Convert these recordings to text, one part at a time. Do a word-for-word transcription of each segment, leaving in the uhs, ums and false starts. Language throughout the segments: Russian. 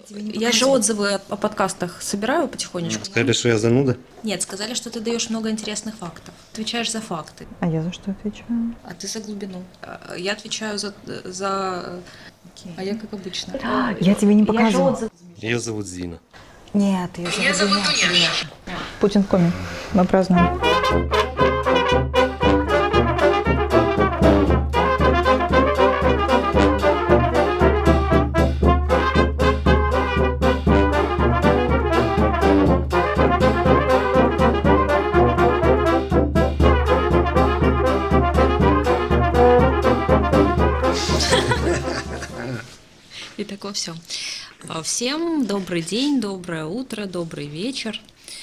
Я же отзывы о, о подкастах собираю потихонечку. Сказали, что я зануда? Нет, сказали, что ты даешь много интересных фактов. Отвечаешь за факты. А я за что отвечаю? А ты за глубину. А я отвечаю за... за... Okay. А я как обычно. Я тебе не показывала. Отзыв... Ее зовут Зина. Нет, ее зовут, Ее зовут Дуня. Путин в коме. Мы празднуем. Итак, все. Всем добрый день, доброе утро, добрый вечер.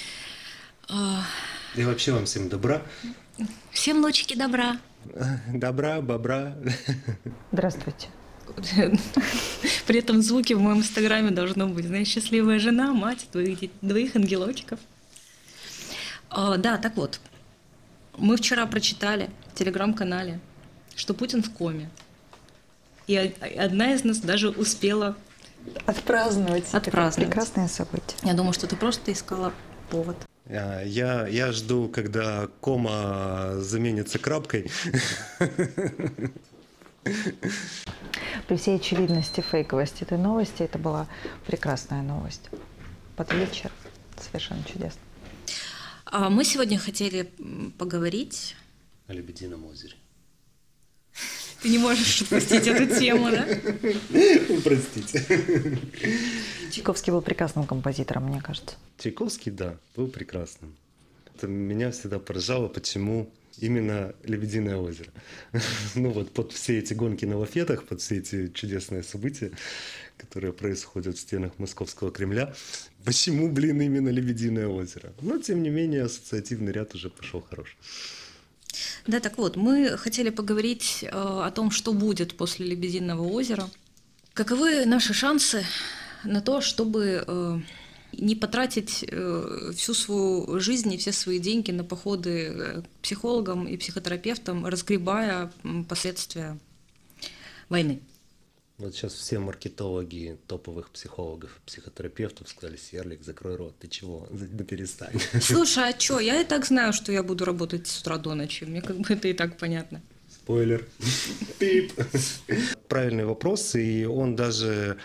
И вообще вам всем добра. Всем лучики добра. Добра, бобра. Здравствуйте. При этом звуки в моем инстаграме должно быть, знаешь, счастливая жена, мать двоих, двоих ангелочков. Да, так вот. Мы вчера прочитали в телеграм-канале, что Путин в коме. И одна из нас даже успела отпраздновать. Отпраздновать. Это прекрасное событие. Я думаю, что ты просто искала повод. Я, я жду, когда кома заменится крапкой. При всей очевидности, фейковости этой новости, это была прекрасная новость. Под вечер. Совершенно чудесно. Мы сегодня хотели поговорить о Лебедином озере. Ты не можешь отпустить эту тему, да? Простите. Чайковский был прекрасным композитором, мне кажется. Чайковский, да, был прекрасным. Это меня всегда поражало, почему именно Лебединое озеро. Ну вот, под все эти гонки на лафетах, под все эти чудесные события, которые происходят в стенах Московского Кремля, почему, блин, именно Лебединое озеро? Но, тем не менее, ассоциативный ряд уже пошел хороший. Да, так вот, мы хотели поговорить э, о том, что будет после Лебединого озера. Каковы наши шансы на то, чтобы э, не потратить э, всю свою жизнь и все свои деньги на походы к психологам и психотерапевтам, разгребая последствия войны? Вот сейчас все маркетологи топовых психологов, психотерапевтов сказали: Серлик, закрой рот, ты чего? Да перестань. Слушай, а что? Я и так знаю, что я буду работать с утра до ночи. Мне как бы это и так понятно. Спойлер. Пип. Правильный вопрос, и он даже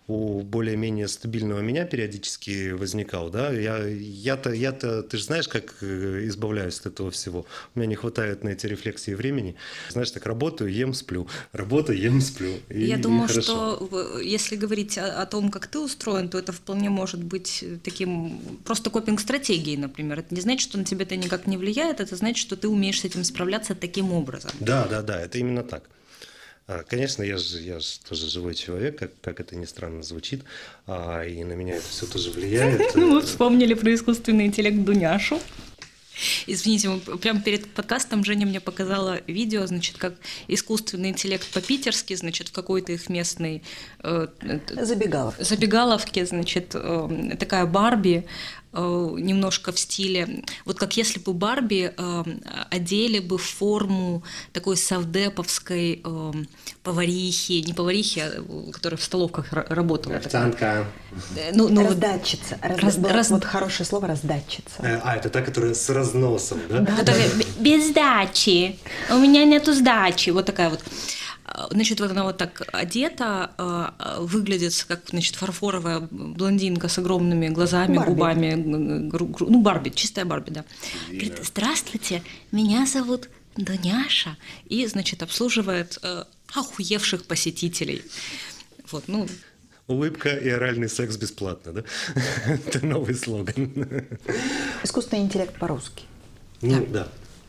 у более-менее стабильного меня периодически возникал, да, я, я-то, я-то, ты же знаешь, как избавляюсь от этого всего, у меня не хватает на эти рефлексии времени, знаешь, так работаю, ем, сплю, работаю, ем, сплю, и, я и думаю, хорошо. Что если говорить о, о том, как ты устроен, то это вполне может быть таким, просто копинг-стратегией, например, это не значит, что на тебя это никак не влияет, это значит, что ты умеешь с этим справляться таким образом. Да, да, да, это именно так. Конечно, я же, я же тоже живой человек, как, как это ни странно звучит, а, и на меня это все тоже влияет. Мы вспомнили про искусственный интеллект Дуняшу. Извините, прямо перед подкастом Женя мне показала видео, значит, как искусственный интеллект по-питерски, значит, в какой-то их местной э, забегаловке. забегаловке, значит, э, такая Барби, э, немножко в стиле, вот как если бы Барби э, одели бы в форму такой совдеповской э, поварихи, не поварихи, а, которая в столовках работала. Официантка. Ну, ну, раздатчица. Раз, раз, раз, вот хорошее слово раздатчица. А, это та, которая с разносом, да? Да. Которая без сдачи. У меня нету сдачи. Вот такая вот. Значит, вот она вот так одета, выглядит как, значит, фарфоровая блондинка с огромными глазами, Барби. губами. Ну, Барби, чистая Барби, да. Говорит: здравствуйте, меня зовут Дуняша. И, значит, обслуживает э, охуевших посетителей. Вот, ну... Улыбка и оральный секс бесплатно, да? Это новый слоган. Искусственный интеллект по-русски. Ну, да.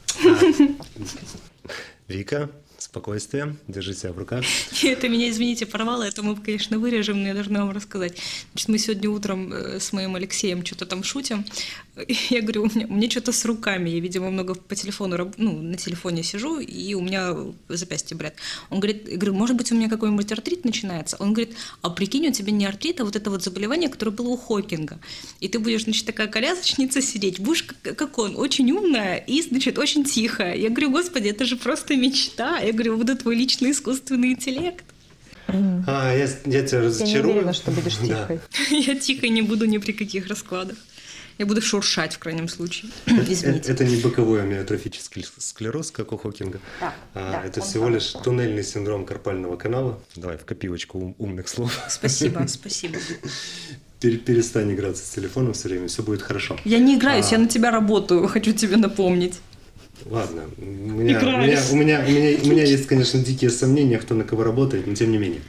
А, Вика, спокойствие, держи себя в руках. Это меня, извините, порвало, это мы, конечно, вырежем, но я должна вам рассказать. Значит, мы сегодня утром с моим Алексеем что-то там шутим. Я говорю, у меня, у меня что-то с руками, я, видимо, много по телефону, ну, на телефоне сижу, и у меня запястья болят. Он говорит, я говорю, может быть, у меня какой-нибудь артрит начинается? Он говорит, а прикинь, у тебя не артрит, а вот это вот заболевание, которое было у Хокинга. И ты будешь, значит, такая колясочница сидеть, будешь как, как он, очень умная и, значит, очень тихая. Я говорю, господи, это же просто мечта. Я говорю, буду твой личный искусственный интеллект. А, я, я тебя Я разочарую. не уверена, что будешь Да. тихой. Я тихо не буду ни при каких раскладах. Я буду шуршать в крайнем случае. Это, Извините. это не боковой амиотрофический склероз, как у Хокинга. Да, А, да, это он всего сам. лишь туннельный синдром карпального канала. Давай в копилочку ум- умных слов. Спасибо, спасибо. Пере- Перестань играться с телефоном все время, все будет хорошо. Я не играюсь, А. я на тебя работаю, хочу тебе напомнить. Ладно, у меня, у, меня, Играешь. у, меня, у, меня, у меня есть, конечно, дикие сомнения, кто на кого работает, но тем не менее.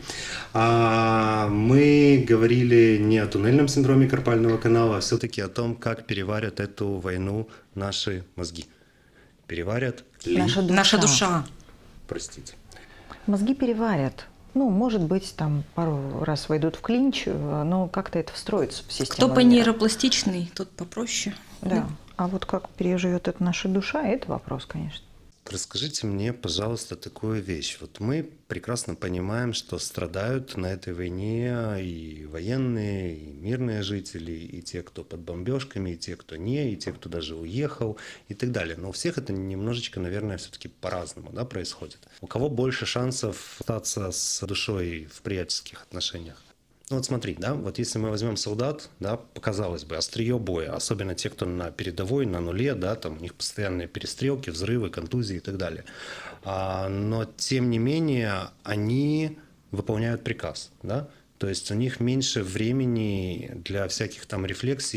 А, мы говорили не о туннельном синдроме карпального канала, а все-таки о том, как переварят эту войну наши мозги. Переварят ли? Наша душа. Наша душа. Простите. Мозги переварят. Ну, может быть, там пару раз войдут в клинч, э, но как-то это встроится в систему Кто по мира. нейропластичный, тот попроще. Да. А вот как переживет это наша душа, это вопрос, конечно. Расскажите мне, пожалуйста, такую вещь. Вот мы прекрасно понимаем, что страдают на этой войне и военные, и мирные жители, и те, кто под бомбежками, и те, кто не, и те, кто даже уехал, и так далее. Но у всех это немножечко, наверное, все-таки по-разному, да, происходит. У кого больше шансов остаться с душой в приятельских отношениях? Ну вот смотри, да, вот если мы возьмем солдат, да, показалось бы, острие боя, особенно те, кто на передовой, на нуле, да, там у них постоянные перестрелки, взрывы, контузии и так далее. А, но тем не менее они выполняют приказ, да, то есть у них меньше времени для всяких там рефлексий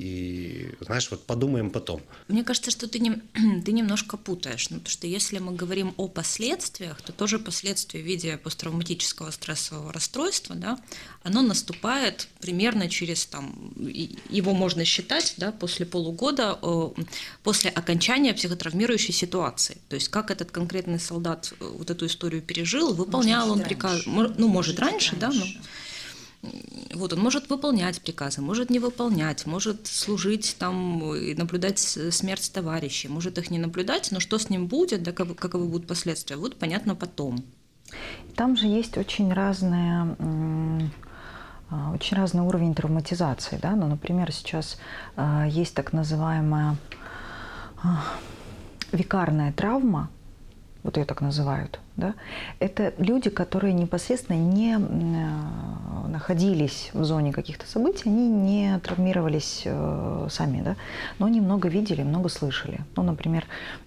и, знаешь, вот подумаем потом. Мне кажется, что ты, не, ты немножко путаешь, ну, потому что если мы говорим о последствиях, то тоже последствия в виде посттравматического стрессового расстройства, да, оно наступает примерно через, там, его можно считать, да, после полугода, после окончания психотравмирующей ситуации. То есть как этот конкретный солдат вот эту историю пережил, выполнял он приказ, ну, может раньше, да, но... Вот он может выполнять приказы, может не выполнять, может служить там и наблюдать смерть товарищей, может их не наблюдать, но что с ним будет, да, как- каковы будут последствия, будет понятно потом. Там же есть очень разные, м, а, очень разный уровень травматизации. Да? Ну, например, сейчас а, есть так называемая а, викарная травма, вот ее так называют. Да? Это люди, которые непосредственно не м, находились в зоне каких-то событий, они не травмировались э, сами, да? Но они много видели, много слышали. Ну, например,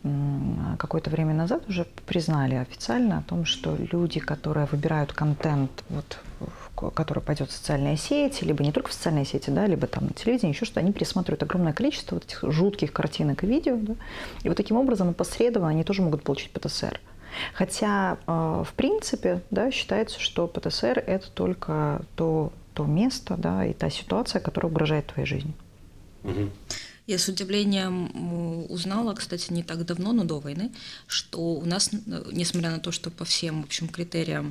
м, какое-то время назад уже признали официально о том, что люди, которые выбирают контент, вот, в- который пойдет в социальные сети, либо не только в социальные сети, да, либо там на телевидении, еще что, они пересматривают огромное количество вот этих жутких картинок и видео, да? И вот таким образом опосредованно они тоже могут получить ПТСР. Хотя, э, в принципе, да, считается, что ПТСР – это только то, то место, да, и та ситуация, которая угрожает твоей жизни. Мгм. Я с удивлением м, узнала, кстати, не так давно, но до войны, что у нас, н- несмотря на то, что по всем, в общем, критериям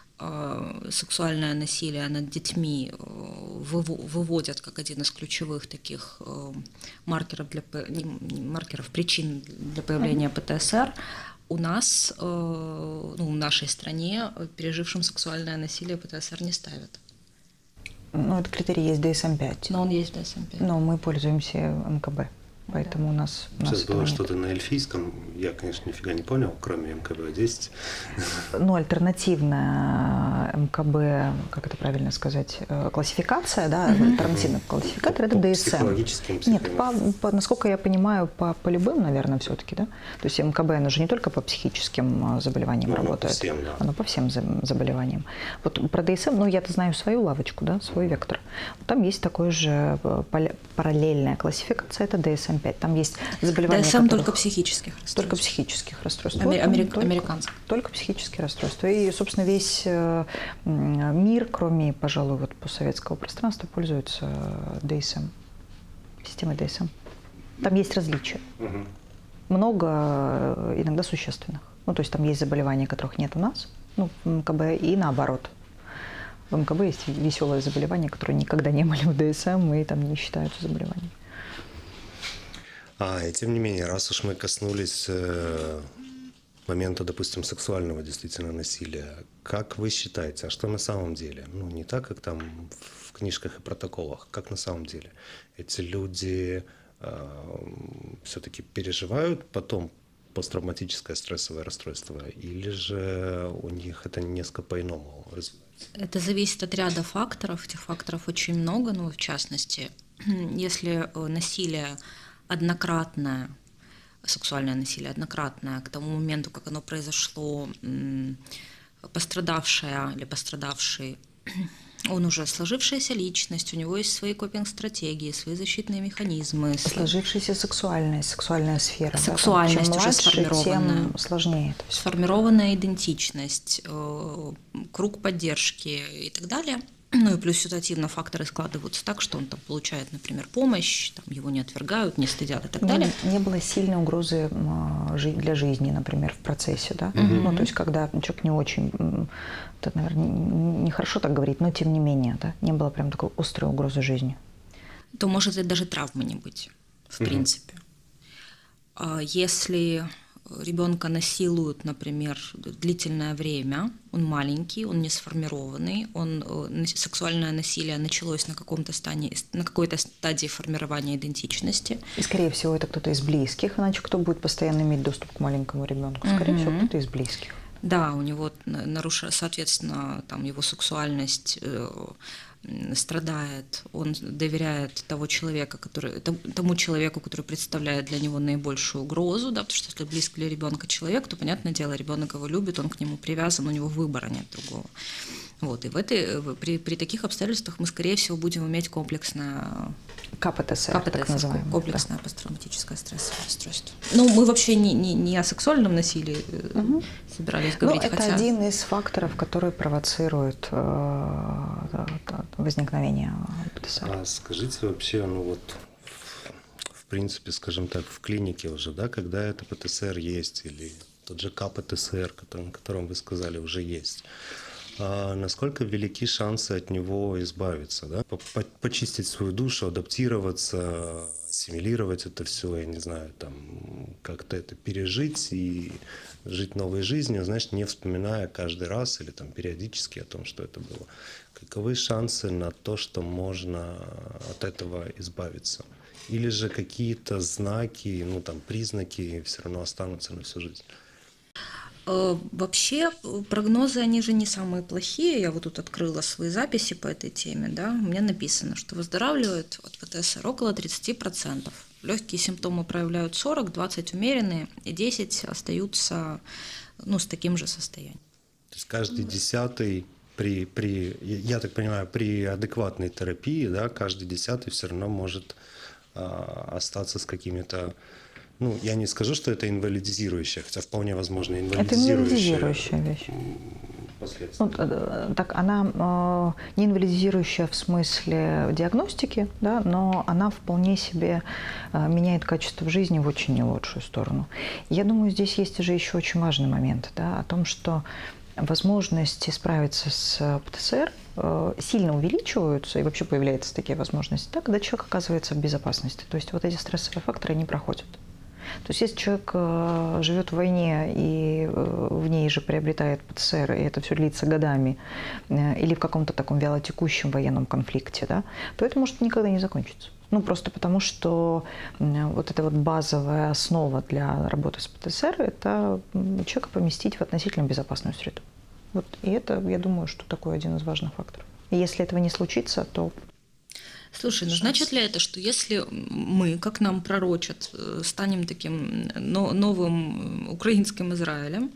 э, сексуальное насилие над детьми э, выво- выводят как один из ключевых таких э, маркеров, для, п- не, не маркеров, причин для появления ПТСР, у нас, э, ну, в нашей стране, э, пережившим сексуальное насилие ПТСР не ставят. Ну, этот критерий есть ди эс эм пять, Но он есть в ди эс эм пять. но мы пользуемся эм ка бэ, поэтому у нас, у нас Сейчас этого было нет. что-то на эльфийском, я, конечно, нифига не понял, кроме эм ка бэ десять. Ну, альтернативная эм ка бэ, как это правильно сказать, э, классификация, да, альтернативный классификатор – это По ди эс эм. психологическим, Нет, психо- по, по- насколько я понимаю, по, по любым, наверное, все-таки, да? То есть эм ка бэ, оно же не только по психическим э, заболеваниям Ну, оно по работает, всем, да. оно по всем за- заболеваниям. Вот про ди эс эм, ну, я-то знаю свою лавочку, да, свой вектор. Там есть такое же э, поля- параллельная классификация, это ди эс эм пять. Там есть заболевания, ди эс эм которых- только психических расстройств. только психических расстройств. Аме- Вот там америк- только- американских. Только психические расстройства. И, собственно, весь э, м, мир, кроме, пожалуй, вот постсоветского пространства, пользуется ди эс эм, системой ди эс эм. Там есть различия. Мгм. Много, э, иногда существенных. Ну, то есть там есть заболевания, которых нет у нас, ну, в эм ка бэ, и наоборот. В эм ка бэ есть веселые заболевания, которые никогда не были в ди эс эм и там не считаются заболеваниями. А, и тем не менее, раз уж мы коснулись э, момента, допустим, сексуального действительно насилия, как вы считаете, а что на самом деле? Ну, не так, как там в книжках и протоколах, как на самом деле? Эти люди э, все-таки переживают потом посттравматическое стрессовое расстройство, или же у них это несколько по-иному развивается? Это зависит от ряда факторов. Этих факторов очень много, но в частности, если насилие однократное, сексуальное насилие однократное, к тому моменту, как оно произошло, пострадавшая или пострадавший, он уже сложившаяся личность, у него есть свои копинг-стратегии, свои защитные механизмы. Сложившаяся сексуальность, сексуальная сфера. Сексуальность да? Чем уже младше, сформированная. тем сложнее это все. Сформированная идентичность, круг поддержки и так далее. Ну и плюс ситуативно факторы складываются так, что он там получает, например, помощь, там, его не отвергают, не стыдят и так не, далее. Не было сильной угрозы для жизни, например, в процессе, да? Угу. Ну, то есть, когда человек не очень, это, наверное, нехорошо так говорить, но тем не менее, да, не было прям такой острой угрозы жизни. То может и даже травмы не быть, в угу. принципе. Если ребенка насилуют, например, длительное время, он маленький, он не сформированный, он, сексуальное насилие началось на, каком-то стадии, на какой-то стадии формирования идентичности. И, скорее всего, это кто-то из близких, иначе кто будет постоянно иметь доступ к маленькому ребенку? Скорее mm-hmm. всего, кто-то из близких. Да, у него нарушается, соответственно, там его сексуальность страдает, он доверяет того человека, который, тому человеку, который представляет для него наибольшую угрозу, да, потому что если близко для ребенка человек, то, понятное дело, ребенок его любит, он к нему привязан, у него выбора нет другого. Вот, и в этой, при, при таких обстоятельствах мы, скорее всего, будем иметь комплексное КПТСР, КПТСР, так называемое, комплексное да. посттравматическое стрессовое расстройство. Ну, мы вообще не, не, не о сексуальном насилии угу. собирались говорить. Ну, это хотя... один из факторов, который провоцирует э, возникновение ПТСР. А скажите вообще, ну вот, в, в принципе, скажем так, в клинике уже, да, когда это ПТСР есть, или тот же КПТСР, который, о котором вы сказали, уже есть, а насколько велики шансы от него избавиться, да? Почистить свою душу, адаптироваться, ассимилировать это все, я не знаю, там, как-то это пережить и жить новой жизнью, знаешь, не вспоминая каждый раз или там периодически о том, что это было. Каковы шансы на то, что можно от этого избавиться? Или же какие-то знаки, ну там признаки все равно останутся на всю жизнь? Вообще прогнозы, они же не самые плохие. Я вот тут открыла свои записи по этой теме, да, у меня написано, что выздоравливает от ПТСР около тридцать процентов. Легкие симптомы проявляют сорок, двадцать умеренные, и десять остаются, ну, с таким же состоянием. То есть каждый десятый при, при, я так понимаю, при адекватной терапии, да, каждый десятый все равно может а, остаться с какими-то. Ну, я не скажу, что это инвалидизирующая, хотя вполне возможно инвалидизирующая, это инвалидизирующая вещь. Последствия. Ну, так она э, не инвалидизирующая в смысле диагностики, да, но она вполне себе э, меняет качество жизни в очень не лучшую сторону. Я думаю, здесь есть уже еще очень важный момент, да, о том, что возможности справиться с ПТСР э, сильно увеличиваются, и вообще появляются такие возможности, да, когда человек оказывается в безопасности. То есть вот эти стрессовые факторы не проходят. То есть если человек э, живет в войне и э, в ней же приобретает ПТСР, и это все длится годами, э, или в каком-то таком вялотекущем военном конфликте, да, то это может никогда не закончиться. Ну, просто потому что э, вот эта вот базовая основа для работы с ПТСР – это человека поместить в относительно безопасную среду. Вот, и это, я думаю, что такой один из важных факторов. И если этого не случится, то… Слушай, ну значит ли это, что если мы, как нам пророчат, станем таким новым украинским Израилем,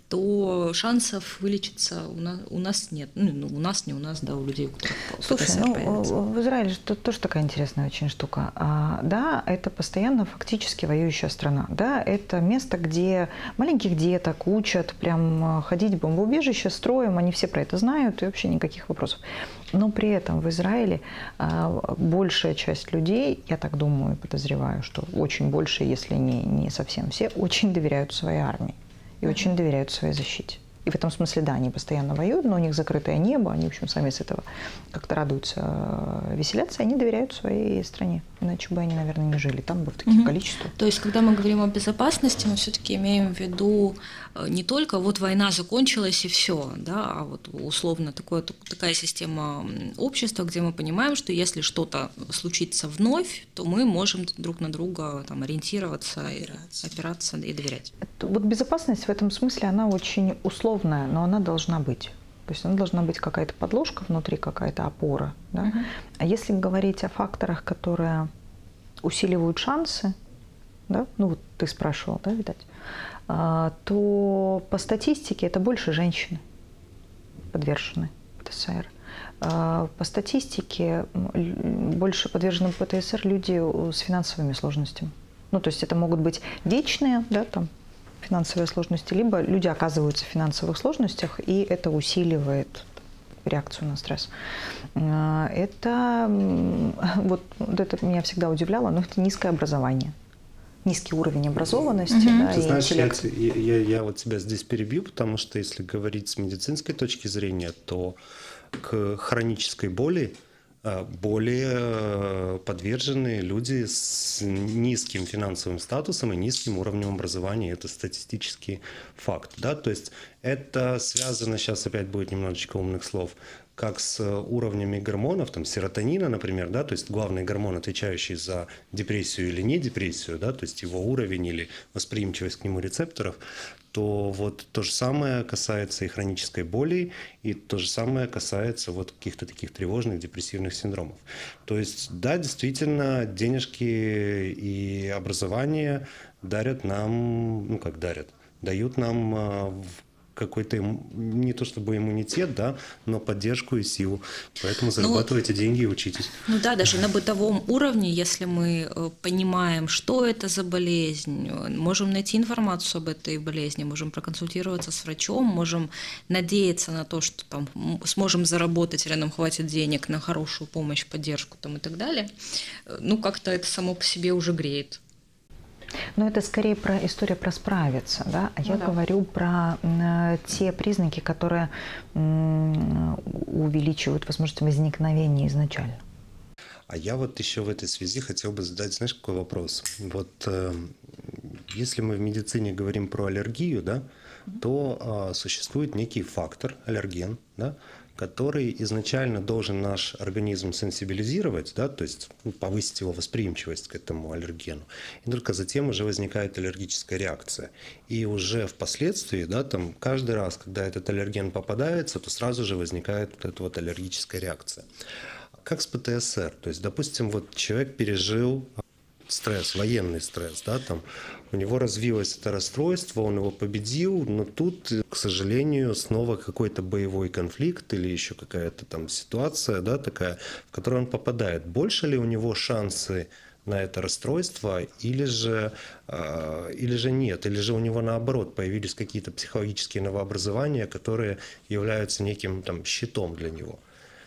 то шансов вылечиться у нас, у нас нет. Ну, у нас, не у нас, да, у людей, у которых Слушай, ПТСР ну, появится. В Израиле это тоже такая интересная очень штука. А, да, это постоянно фактически воюющая страна. Да, это место, где маленьких деток учат прям ходить в бомбоубежище строем, они все про это знают, и вообще никаких вопросов. Но при этом в Израиле а, большая часть людей, я так думаю, подозреваю, что очень большая, если не, не совсем все, очень доверяют своей армии. И очень доверяют своей защите. И в этом смысле, да, они постоянно воюют, но у них закрытое небо, они, в общем, сами с этого как-то радуются, веселятся, и они доверяют своей стране. Иначе бы они, наверное, не жили там бы в таких угу. количествах. То есть, когда мы говорим о безопасности, мы все-таки имеем в виду не только вот война закончилась и все, да, а вот условно такое, такая система общества, где мы понимаем, что если что-то случится вновь, то мы можем друг на друга там, ориентироваться, опираться. И, опираться и доверять. Вот безопасность в этом смысле, она очень условная, но она должна быть. То есть она должна быть какая-то подложка внутри, какая-то опора. Да? Угу. А если говорить о факторах, которые усиливают шансы, да? Ну вот ты спрашивал, да, видать, то по статистике это больше женщины подвержены ПТСР. По статистике больше подвержены ПТСР люди с финансовыми сложностями. Ну, то есть это могут быть вечные, да, там, финансовые сложности, либо люди оказываются в финансовых сложностях, и это усиливает реакцию на стресс. Это, вот, вот это меня всегда удивляло, но это низкое образование. Низкий уровень образованности. Mm-hmm. Да, Ты и знаешь, я, интеллекта. я, я вот тебя здесь перебью, потому что если говорить с медицинской точки зрения, то к хронической боли более подвержены люди с низким финансовым статусом и низким уровнем образования. Это статистический факт. Да? То есть это связано, сейчас опять будет немножечко умных слов, как с уровнями гормонов, там, серотонина, например, да, то есть главный гормон, отвечающий за депрессию или не депрессию, да, то есть его уровень или восприимчивость к нему рецепторов, то вот то же самое касается и хронической боли, и то же самое касается вот каких-то таких тревожных, депрессивных синдромов. То есть, да, действительно, денежки и образование дарят нам, ну как дарят, дают нам какой-то, не то чтобы иммунитет, да, но поддержку и силу. Поэтому зарабатывайте ну, деньги и учитесь. Ну да, даже на бытовом уровне, если мы понимаем, что это за болезнь, можем найти информацию об этой болезни, можем проконсультироваться с врачом, можем надеяться на то, что там сможем заработать, или нам хватит денег на хорошую помощь, поддержку там, и так далее. Ну, как-то это само по себе уже греет. Но это скорее про история про справиться, да? А ну я да. говорю про э, те признаки, которые э, увеличивают возможность возникновения изначально. А я вот еще в этой связи хотел бы задать, знаешь, какой вопрос? Вот э, если мы в медицине говорим про аллергию, да, mm-hmm. то э, существует некий фактор, аллерген, да, который изначально должен наш организм сенсибилизировать, да, то есть ну, повысить его восприимчивость к этому аллергену. И только затем уже возникает аллергическая реакция. И уже впоследствии, да, там, каждый раз, когда этот аллерген попадается, то сразу же возникает вот эта вот аллергическая реакция. Как с ПТСР? То есть, допустим, вот человек пережил стресс, военный стресс, да, там, у него развилось это расстройство, он его победил, но тут, к сожалению, снова какой-то боевой конфликт или еще какая-то там ситуация, да, такая, в которую он попадает. Больше ли у него шансы на это расстройство или же, э, или же нет, или же у него наоборот появились какие-то психологические новообразования, которые являются неким там щитом для него?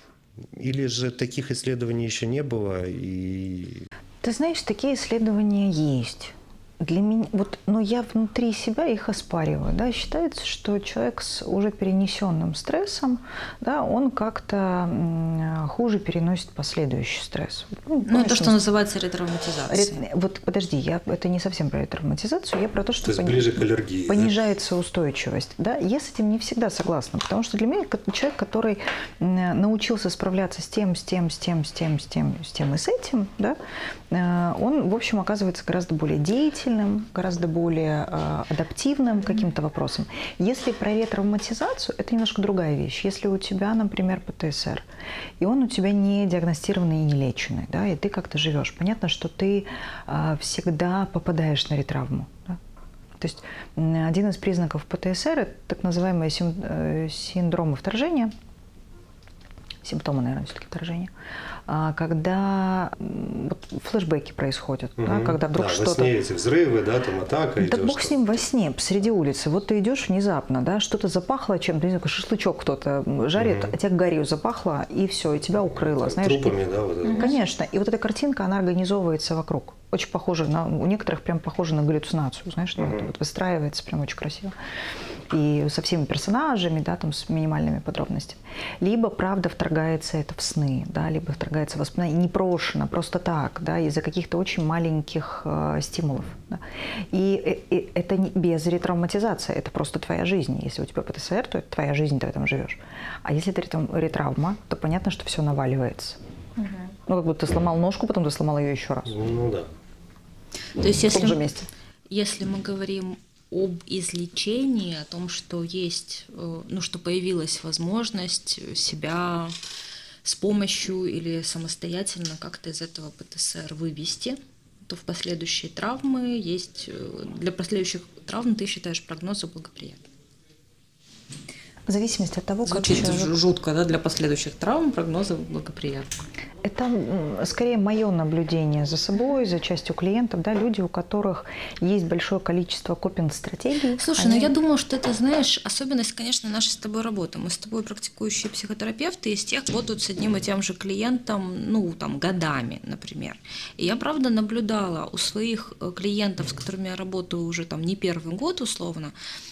Или же таких исследований еще не было? И... Ты знаешь, такие исследования есть. Для меня, вот, но я внутри себя их оспариваю. Да? Считается, что человек с уже перенесенным стрессом, да, он как-то хуже переносит последующий стресс. Ну, ну это что называется ретравматизацией. Ре... Вот подожди, я... это не совсем про ретравматизацию, я про то, что то есть пони... ближе к аллергии, понижается да? устойчивость. Да? Я с этим не всегда согласна, потому что для меня человек, который научился справляться с тем, с тем, с тем, с тем, с тем, с тем и с этим, да, он, в общем, оказывается гораздо более деятельным, гораздо более э, адаптивным к каким-то вопросам. Если про ретравматизацию, это немножко другая вещь. Если у тебя, например, ПТСР, и он у тебя не диагностированный и не леченный, да, и ты как-то живешь, понятно, что ты э, всегда попадаешь на ретравму. Да? То есть один из признаков ПТСР – это так называемые сим, э, синдромы вторжения, симптомы, наверное, все-таки вторжения, когда вот, флешбеки происходят, угу. да, когда вдруг да, что-то... во сне эти взрывы, да, там атака идет. Да бог с ним во сне, посреди улицы. Вот ты идешь внезапно, да, что-то запахло чем-то, не знаю, шашлычок кто-то жарит, угу. а тебя гарью запахло, и все, и тебя укрыло. Так, знаешь, трупами, и... да? Вот это. Конечно. И вот эта картинка, она организовывается вокруг. Очень похоже на... У некоторых прям похоже на галлюцинацию, знаешь, угу. вот, вот выстраивается прям очень красиво. И со всеми персонажами, да, там, с минимальными подробностями. Либо, правда, вторгается это в сны, да, либо вторгается в воспоминания непрошено, просто так, да, из-за каких-то очень маленьких э, стимулов. Да. И, и, и это не, без ретравматизации, это просто твоя жизнь. Если у тебя ПТСР, то это твоя жизнь, ты в этом живешь. А если это ретравма, то понятно, что все наваливается. Угу. Ну, как будто ты сломал ножку, потом ты сломал ее еще раз. Ну да. То есть, в том если, же месте. Если мы говорим об излечении, о том, что есть, ну, что появилась возможность себя с помощью или самостоятельно как-то из этого ПТСР вывести, то в последующие травмы есть, для последующих травм ты считаешь прогнозы благоприятны. В зависимости от того, как Звучит человек... жутко, да, для последующих травм прогнозы благоприятны. Это скорее мое наблюдение за собой, за частью клиентов, да, люди, у которых есть большое количество копинг-стратегий. Слушай, они... ну я думаю, что это, знаешь, особенность, конечно, нашей с тобой работы. Мы с тобой практикующие психотерапевты, из тех работают с одним и тем же клиентом, ну, там, годами, например. И я, правда, наблюдала у своих клиентов, с которыми я работаю уже там не первый год, условно,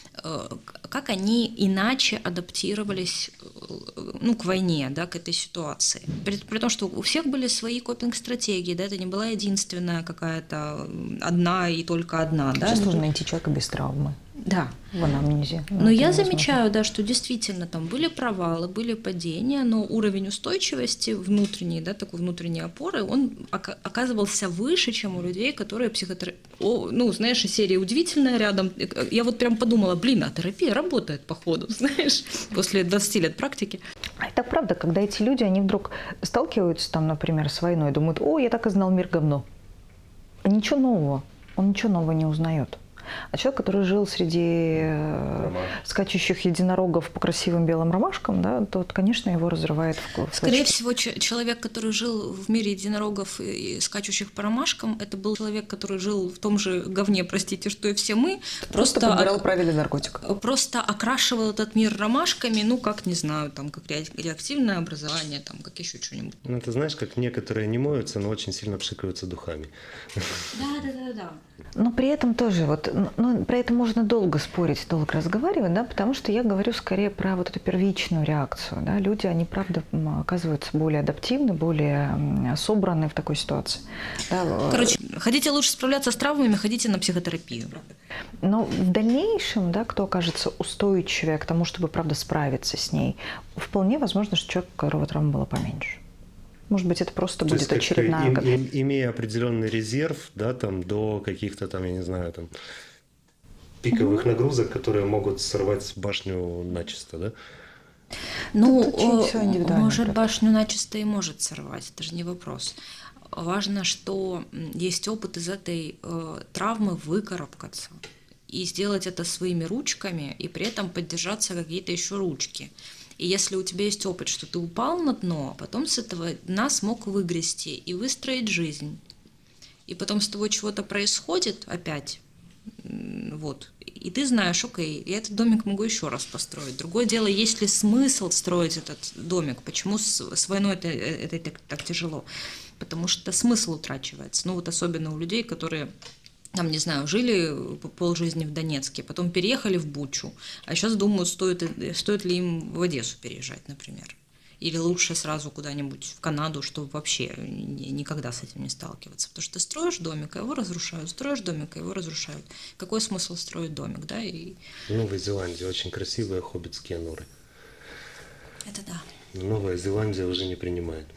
как они иначе адаптировались, ну, к войне, да, к этой ситуации. При, при том, что у всех были свои копинг-стратегии, да, это не была единственная какая-то одна и только одна. Сейчас да? нужно найти человека без травмы. Да. В анамнезе. Но я замечаю, да, что действительно там были провалы, были падения, но уровень устойчивости внутренней, да, такой внутренней опоры, он оказывался выше, чем у людей, которые психотерапевты, ну, знаешь, из серии «Удивительная» рядом. Я вот прям подумала, блин, а терапия работает, походу, знаешь, после двадцати лет практики. А это правда, когда эти люди, они вдруг сталкиваются там, например, с войной, думают, о, я так и знал, мир говно. Ничего нового, он ничего нового не узнает. А человек, который жил среди Ромаш. скачущих единорогов по красивым белым ромашкам, да, то, конечно, его разрывает в, в Скорее всего, человек, который жил в мире единорогов и скачущих по ромашкам, это был человек, который жил в том же говне, простите, что и все мы. Просто, просто подбирал правильный наркотик. Просто окрашивал этот мир ромашками, ну, как, не знаю, там, как реактивное образование, там, как еще что-нибудь. Ну, ты знаешь, как некоторые не моются, но очень сильно пшикаются духами. Да, да, да, да. Но при этом тоже, вот, ну, про это можно долго спорить, долго разговаривать, да, потому что я говорю скорее про вот эту первичную реакцию. Да. Люди, они, правда, оказываются более адаптивны, более собраны в такой ситуации. Да. Короче, хотите лучше справляться с травмами, ходите на психотерапию. Но в дальнейшем, да, кто окажется устойчивее к тому, чтобы, правда, справиться с ней, вполне возможно, что человек, у которого травма была поменьше. Может быть, это просто То будет есть, очередная... Им, им, имея определенный резерв, да, там, до каких-то там, я не знаю, там, пиковых mm-hmm. нагрузок, которые могут сорвать башню начисто, да? Ну, может, башню начисто и может сорвать, это же не вопрос. Важно, что есть опыт из этой э, травмы выкарабкаться и сделать это своими ручками, и при этом поддержаться какие-то еще ручки. И если у тебя есть опыт, что ты упал на дно, а потом с этого дна смог выгрести и выстроить жизнь, и потом с тобой чего-то происходит опять, вот, и ты знаешь, окей, я этот домик могу еще раз построить. Другое дело, есть ли смысл строить этот домик, почему с, с войной это, это так, так тяжело, потому что смысл утрачивается, ну вот особенно у людей, которые... там, не знаю, жили полжизни в Донецке, потом переехали в Бучу, а сейчас думают, стоит, стоит ли им в Одессу переезжать, например. Или лучше сразу куда-нибудь в Канаду, чтобы вообще никогда с этим не сталкиваться. Потому что ты строишь домик, а его разрушают, строишь домик, а его разрушают. Какой смысл строить домик, да? И... В Новой Зеландии очень красивые хоббитские норы. Это да. Новая Зеландия уже не принимает.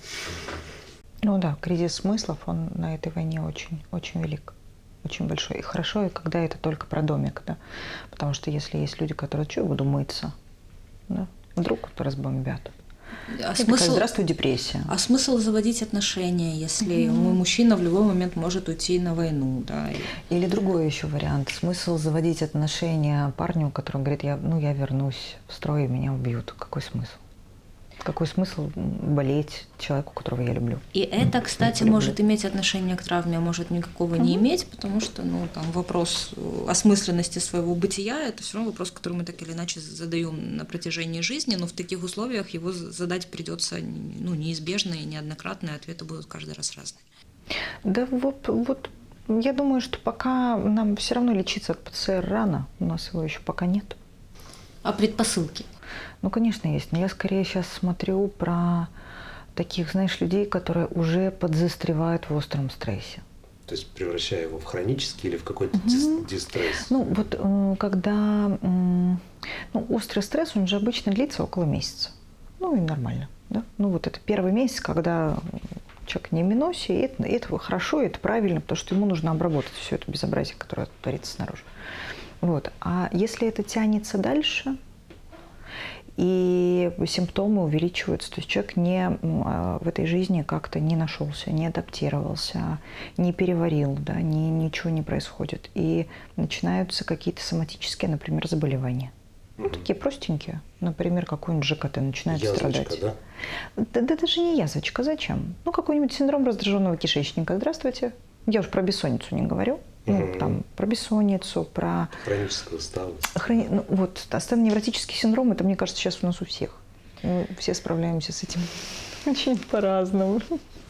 Ну да, кризис смыслов, он на этой войне очень, очень велик. Очень большой. И хорошо, и когда это только про домик, да. Потому что если есть люди, которые, что я буду мыться, да, вдруг разбомбят. А смысл... такая, здравствуй, депрессия. А смысл заводить отношения, если mm-hmm. мужчина в любой момент может уйти на войну, да? Или другой еще вариант. Смысл заводить отношения парню, который говорит, я, ну, я вернусь в строй, и меня убьют. Какой смысл? Какой смысл болеть человеку, которого я люблю? И это, кстати, люблю. Может иметь отношение к травме, а может никакого mm-hmm. не иметь, потому что, ну, там вопрос осмысленности своего бытия – это все равно вопрос, который мы так или иначе задаем на протяжении жизни, но в таких условиях его задать придется, ну, неизбежно и неоднократно, и ответы будут каждый раз разные. Да вот, вот я думаю, что пока нам все равно лечиться от ПЦР рано, у нас его еще пока нет. А предпосылки? Ну, конечно, есть. Но я скорее сейчас смотрю про таких, знаешь, людей, которые уже подзастревают в остром стрессе. То есть превращая его в хронический или в какой-то mm-hmm. дистресс? Ну, вот когда... Ну, острый стресс, он же обычно длится около месяца. Ну, и нормально, да? Ну, вот это первый месяц, когда человек не в минусе, и это, это хорошо, и это правильно, потому что ему нужно обработать все это безобразие, которое творится снаружи. Вот. А если это тянется дальше, и симптомы увеличиваются, то есть человек не, в этой жизни как-то не нашелся, не адаптировался, не переварил, да, ни, ничего не происходит. И начинаются какие-то соматические, например, заболевания. Ну, такие простенькие. Например, какой-нибудь ЖКТ начинает Язвочка, страдать. да? Да, да даже не язвочка, зачем? Ну, какой-нибудь синдром раздраженного кишечника. Здравствуйте. Я уж про бессонницу не говорю. Ну, Угу. там, про бессонницу, про... Хроническая усталость. Хрони... Ну, вот, астеноневротический синдром, это, мне кажется, сейчас у нас у всех. Мы все справляемся с этим очень по-разному.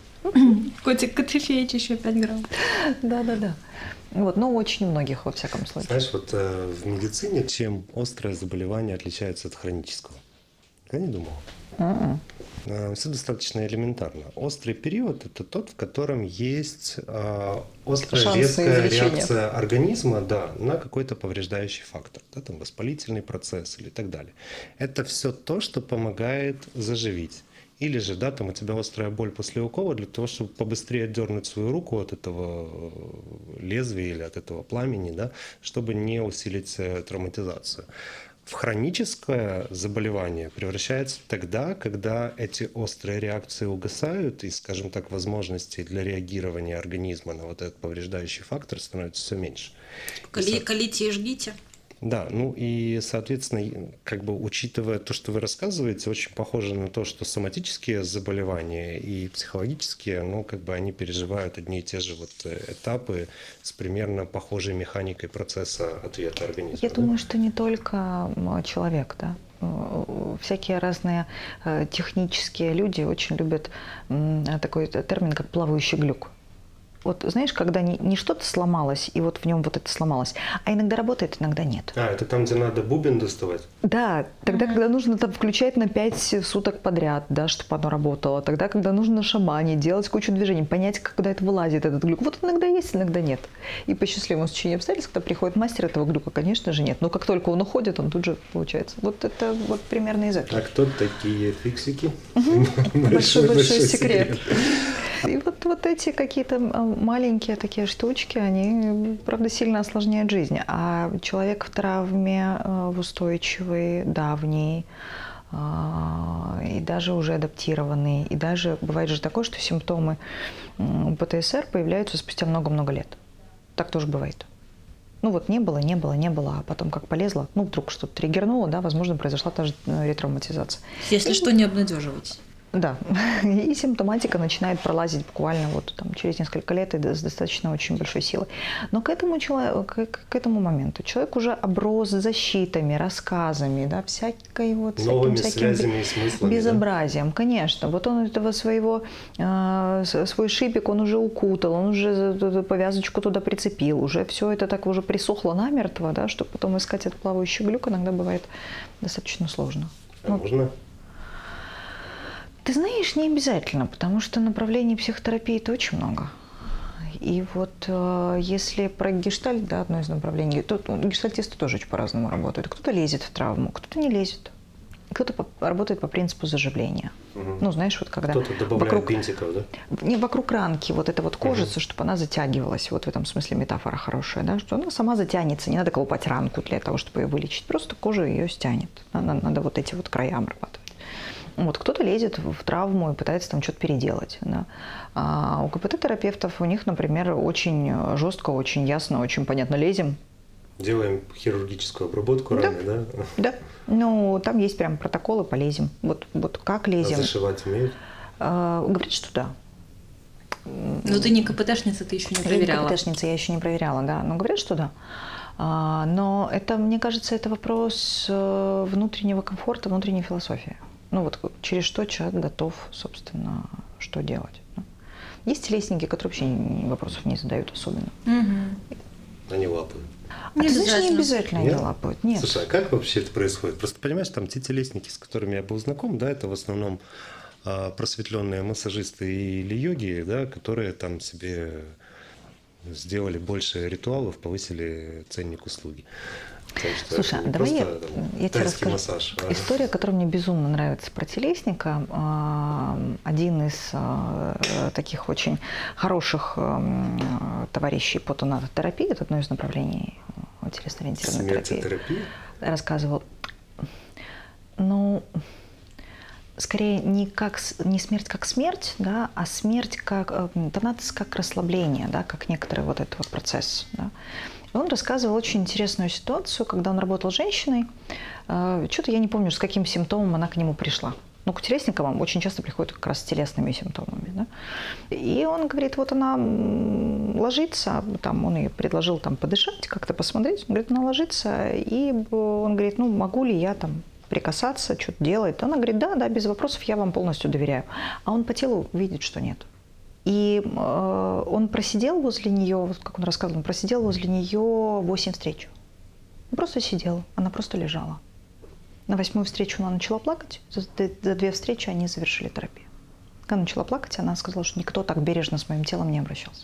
Котик Котофеич еще пять грамм. Да-да-да. Вот, но очень у многих, во всяком случае. Знаешь, вот э, в медицине чем острое заболевание отличается от хронического? Я не думал. М-м. Э, Все достаточно элементарно. Острый период – это тот, в котором есть э, острая Шансы резкая излечения. реакция организма, да, на какой-то повреждающий фактор, да, там воспалительный процесс или так далее. Это все то, что помогает заживить. Или же, да, там у тебя острая боль после укола, для того, чтобы побыстрее отдернуть свою руку от этого лезвия или от этого пламени, да, чтобы не усилить э, травматизацию. В хроническое заболевание превращается тогда, когда эти острые реакции угасают, и, скажем так, возможностей для реагирования организма на вот этот повреждающий фактор становится все меньше. Коли, колите и жгите. Да, ну и, соответственно, как бы учитывая то, что вы рассказываете, очень похоже на то, что соматические заболевания и психологические, ну, как бы они переживают одни и те же вот этапы с примерно похожей механикой процесса ответа организма. Я да? думаю, что не только м, человек, да. Э, Всякие разные э, технические люди очень любят м, такой термин, как плавающий глюк. Вот знаешь, когда не, не что-то сломалось, и вот в нем вот это сломалось, а иногда работает, иногда нет. А, это там, где надо бубен доставать? Да, тогда, когда нужно там включать на пять суток подряд, да, чтобы оно работало, тогда, когда нужно шаманить, делать кучу движений, понять, когда это вылазит, этот глюк. Вот иногда есть, иногда нет. И по счастливому стечению обстоятельств, когда приходит мастер, этого глюка, конечно же, нет. Но как только он уходит, он тут же получается. Вот это вот примерно из этого. А кто такие фиксики? Большой-большой секрет. И вот, вот эти какие-то маленькие такие штучки, они, правда, сильно осложняют жизнь. А человек в травме, в устойчивый, давний, и даже уже адаптированный. И даже бывает же такое, что симптомы ПТСР появляются спустя много-много лет. Так тоже бывает. Ну вот не было, не было, не было, а потом как полезло, ну вдруг что-то триггернуло, да, возможно, произошла та же ретравматизация. Если и, что, не обнадеживайтесь. Да, и симптоматика начинает пролазить буквально вот там через несколько лет и с достаточно очень большой силой. Но к этому, человеку, к, к этому моменту человек уже оброс защитами, рассказами, да, всякой вот новыми всяким, связями и смыслами, безобразием, да? Конечно. Вот он этого своего, э, свой шипик он уже укутал, он уже повязочку туда прицепил, уже все это так уже присохло намертво, да, что потом искать этот плавающий глюк иногда бывает достаточно сложно. А вот. можно? Ты знаешь, не обязательно, потому что направлений психотерапии-то очень много. И вот э, если про гештальт, да, одно из направлений, то гештальтисты тоже очень по-разному работают. Кто-то лезет в травму, кто-то не лезет. Кто-то по работает по принципу заживления. Угу. Ну, знаешь, вот когда... Кто-то добавляет вокруг, бинтиков, да? Не, вокруг ранки вот эта вот кожица, угу. чтобы она затягивалась. Вот в этом смысле метафора хорошая, да, что она сама затянется. Не надо колупать ранку для того, чтобы ее вылечить. Просто кожа ее стянет. Надо, надо вот эти вот края обрабатывать. Вот, кто-то лезет в травму и пытается там что-то переделать. Да. А у КПТ-терапевтов у них, например, очень жестко, очень ясно, очень понятно лезем. Делаем хирургическую обработку да. раны, да? Да. Ну, там есть прям протоколы по лезем. Вот, вот как лезем. А зашивать умеют? А, говорят, что да. Но ты не КПТшница, ты еще не проверяла. Я не КПТшница, я еще не проверяла, да. Но говорят, что да. А, но это, мне кажется, это вопрос внутреннего комфорта, внутренней философии. Ну вот через что человек готов, собственно, что делать. Есть телесники, которые вообще вопросов не задают особенно. Угу. Они лапают. А не ты знаешь, не обязательно Нет? они лапают. Нет. Слушай, а как вообще это происходит? Просто понимаешь, там те телесники, с которыми я был знаком, да, это в основном а, просветленные массажисты или йоги, да, которые там себе сделали больше ритуалов, повысили ценник услуги. Что Слушай, давай я, там, я тебе расскажу. Массаж, а? История, которая мне безумно нравится про телесника. Один из таких очень хороших товарищей по тонатотерапии, это одно из направлений вот телесно-ориентированной терапии. Терапия? Рассказывал. Ну, скорее не, как, не смерть как смерть, да, а смерть как, тонатос как расслабление, да, как некоторый вот этот вот процесс. Да. И он рассказывал очень интересную ситуацию, когда он работал с женщиной. Что-то я не помню, с каким симптомом она к нему пришла. Ну, к телесникам очень часто приходят как раз с телесными симптомами. Да? И он говорит, вот она ложится, там, он ей предложил там, подышать, как-то посмотреть. Он говорит, она ложится, и он говорит, ну, могу ли я там прикасаться, что-то делать. Она говорит, да, да, без вопросов, я вам полностью доверяю. А он по телу видит, что нет. И э, он просидел возле нее, вот как он рассказывал, он просидел возле нее восемь встреч. Он просто сидел, она просто лежала. На восьмую встречу она начала плакать, за, за две встречи они завершили терапию. Когда начала плакать, она сказала, что никто так бережно с моим телом не обращался.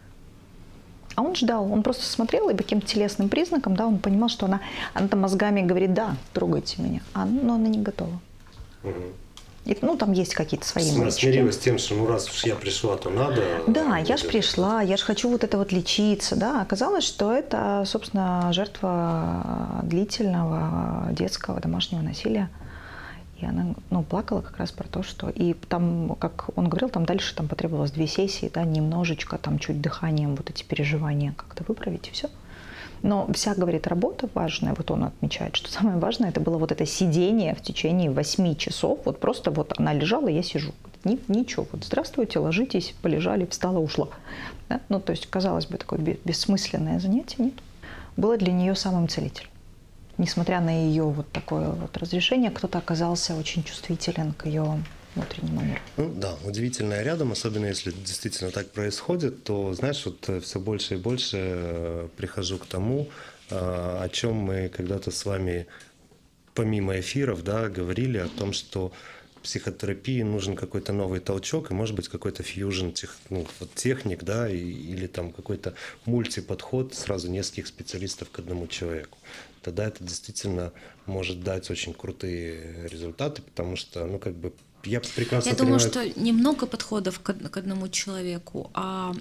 А он ждал, он просто смотрел, и по каким-то телесным признакам, да, он понимал, что она, она там мозгами говорит, да, трогайте меня, а, но она не готова. Угу. И, ну, там есть какие-то свои Она смирилась с тем, что ну раз уж я пришла, то надо. Да, я же пришла, я же хочу вот это вот лечиться. Да. Оказалось, что это, собственно, жертва длительного детского домашнего насилия. И она ну, плакала как раз про то, что... И там, как он говорил, там дальше там потребовалось две сессии, да, немножечко, там чуть дыханием вот эти переживания как-то выправить, и все. Но вся, говорит, работа важная, вот он отмечает, что самое важное, это было вот это сидение в течение восьми часов, вот просто вот она лежала, я сижу. Ни, ничего, вот здравствуйте, ложитесь, полежали, встала, ушла. Да? Ну, то есть, казалось бы, такое бессмысленное занятие, нет. Было для нее самым целительным. Несмотря на ее вот такое вот разрешение, кто-то оказался очень чувствителен к ее внутреннему миру. Ну да, удивительное рядом, особенно если действительно так происходит, то, знаешь, вот все больше и больше прихожу к тому, о чем мы когда-то с вами помимо эфиров, да, говорили о том, что психотерапии нужен какой-то новый толчок и, может быть, какой-то фьюжн тех, ну, вот техник, да, и, или там какой-то мультиподход сразу нескольких специалистов к одному человеку. Тогда это действительно может дать очень крутые результаты, потому что, ну, как бы, я прекрасно Я понимаю... думаю, что не много подходов к одному человеку, а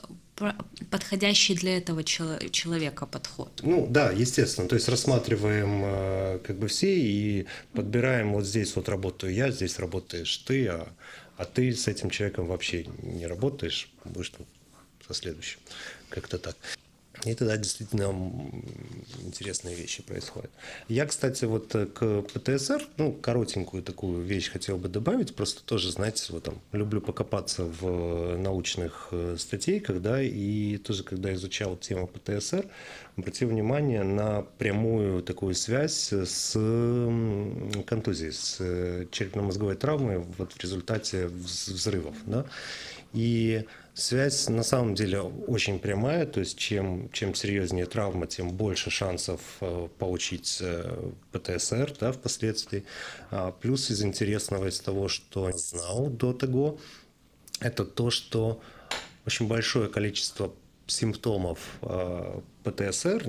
подходящий для этого человека подход. Ну да, естественно. То есть рассматриваем как бы все и подбираем, вот здесь вот работаю я, здесь работаешь ты, а, а ты с этим человеком вообще не работаешь, будешь со следующим. Как-то так. И тогда действительно интересные вещи происходят. Я, кстати, вот к ПТСР, ну, коротенькую такую вещь хотел бы добавить, просто тоже, знаете, вот там люблю покопаться в научных статейках, да, и тоже, когда изучал тему ПТСР, обратил внимание на прямую такую связь с контузией, с черепно-мозговой травмой вот в результате взрывов, да, и связь на самом деле очень прямая, то есть чем, чем серьезнее травма, тем больше шансов получить ПТСР, да, впоследствии. Плюс из интересного, из того, что я знал до того, это то, что очень большое количество симптомов ПТСР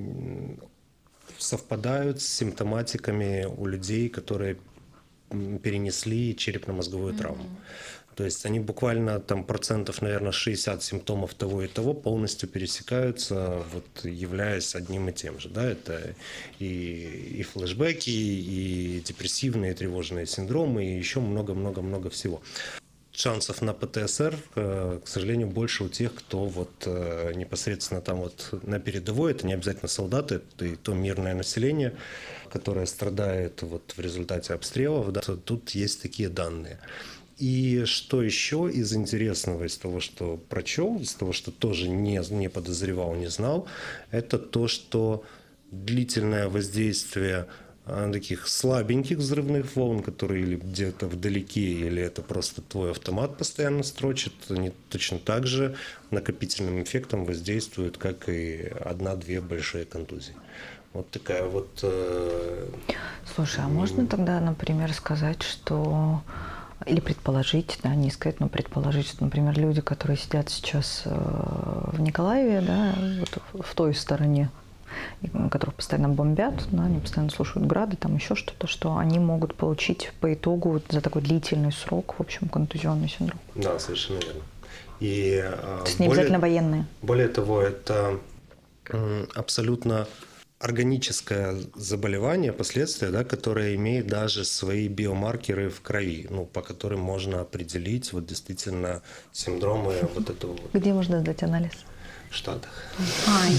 совпадают с симптоматиками у людей, которые перенесли черепно-мозговую травму. Mm-hmm. То есть они буквально там процентов, наверное, шестьдесят симптомов того и того полностью пересекаются, вот, являясь одним и тем же. Да? Это и, и флешбеки, и депрессивные, и тревожные синдромы, и еще много-много-много всего. Шансов на ПТСР, к сожалению, больше у тех, кто вот непосредственно там вот на передовой. Это не обязательно солдаты, это и то мирное население, которое страдает вот в результате обстрелов. Да? Тут есть такие данные. И что еще из интересного, из того, что прочел, из того, что тоже не, не подозревал, не знал, это то, что длительное воздействие таких слабеньких взрывных волн, которые или где-то вдалеке, или это просто твой автомат постоянно строчит, они точно так же накопительным эффектом воздействуют, как и одна-две большие контузии. Вот такая вот... Э... Слушай, а можно тогда, например, сказать, что... Или предположить, да, не сказать, но предположить, что, например, люди, которые сидят сейчас в Николаеве, да, вот в той стороне, которых постоянно бомбят, да, они постоянно слушают грады, там еще что-то, что они могут получить по итогу вот за такой длительный срок, в общем, контузионный синдром. Да, совершенно верно. И, То есть не более, обязательно военные. Более того, это абсолютно органическое заболевание, последствия, да, которое имеет даже свои биомаркеры в крови, ну, по которым можно определить вот действительно синдромы вот этого вот Где можно сдать анализ? в Штатах. Ай,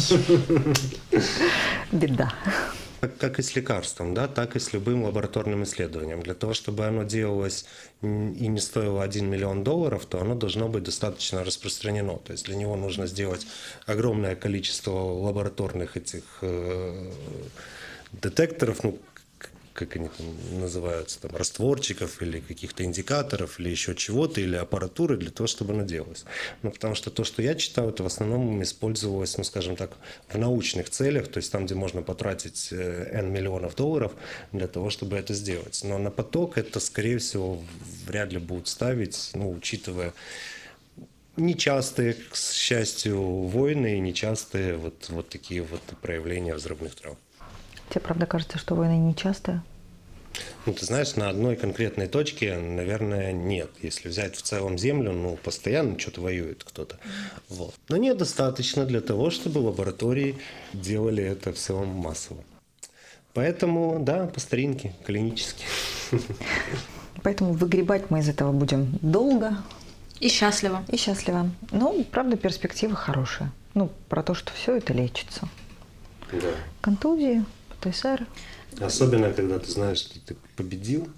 беда. Как, как и с лекарством, да, так и с любым лабораторным исследованием. Для того, чтобы оно делалось и не стоило один миллион долларов, то оно должно быть достаточно распространено. То есть для него нужно сделать огромное количество лабораторных этих э, детекторов, ну, как они там называются, там, растворчиков или каких-то индикаторов или еще чего-то, или аппаратуры для того, чтобы оно делалось. Ну, потому что то, что я читал, это в основном использовалось, ну, скажем так, в научных целях, то есть там, где можно потратить N миллионов долларов для того, чтобы это сделать. Но на поток это, скорее всего, вряд ли будут ставить, ну, учитывая нечастые, к счастью, войны и нечастые вот, вот такие вот проявления взрывных травм. Тебе правда кажется, что войны нечастые? Ну, ты знаешь, на одной конкретной точке, наверное, нет. Если взять в целом Землю, ну, постоянно что-то воюет кто-то. Вот. Но недостаточно для того, чтобы лаборатории делали это все массово. Поэтому, да, по старинке, клинически. Поэтому выгребать мы из этого будем долго. И счастливо. И счастливо. Ну, правда, перспективы хорошие. Ну, про то, что все это лечится. Да. Контузии, ПТСР. Особенно, когда ты знаешь, что ты победил.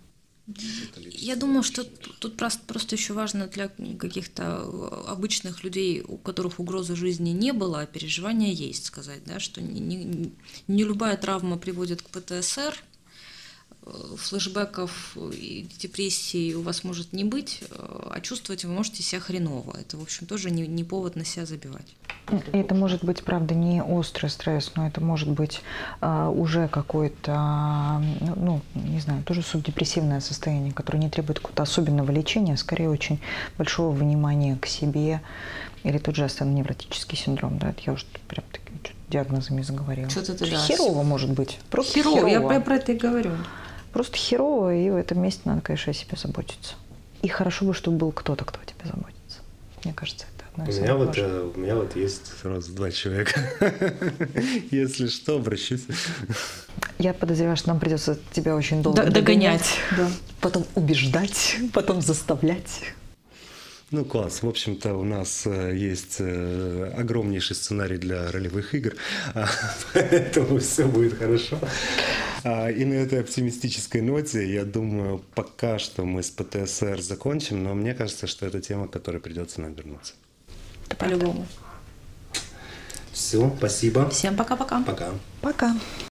Я думаю, что тут просто, просто еще важно для каких-то обычных людей, у которых угрозы жизни не было, а переживания есть, сказать, да, что не, не, не любая травма приводит к ПТСР, флешбеков и депрессии у вас может не быть, а чувствовать вы можете себя хреново. Это, в общем, тоже не, не повод на себя забивать. И это может быть, правда, не острый стресс, но это может быть а, уже какое-то, ну, не знаю, тоже субдепрессивное состояние, которое не требует какого-то особенного лечения, а скорее очень большого внимания к себе. Или тот же астеноневротический синдром, да, это я уже прям такими диагнозами заговорила. Что-то ты, да. Херово может быть. Просто Херово, херово. я про это и говорю. Просто херово, и в этом месте надо, конечно, о себе заботиться. И хорошо бы, чтобы был кто-то, кто о тебе заботится. Мне кажется, это одно У из меня, самых вот, важных. э, у меня вот есть сразу два человека. Если что, обращусь. Я подозреваю, что нам придется тебя очень долго Д- догонять. Да. Потом убеждать, потом заставлять. Ну, класс. В общем-то, у нас э, есть э, огромнейший сценарий для ролевых игр, а, поэтому все будет хорошо. А, и на этой оптимистической ноте, я думаю, пока что мы с ПТСР закончим, но мне кажется, что это тема, к которой придется нам вернуться. По-любому. Все, спасибо. Всем пока-пока. Пока. Пока.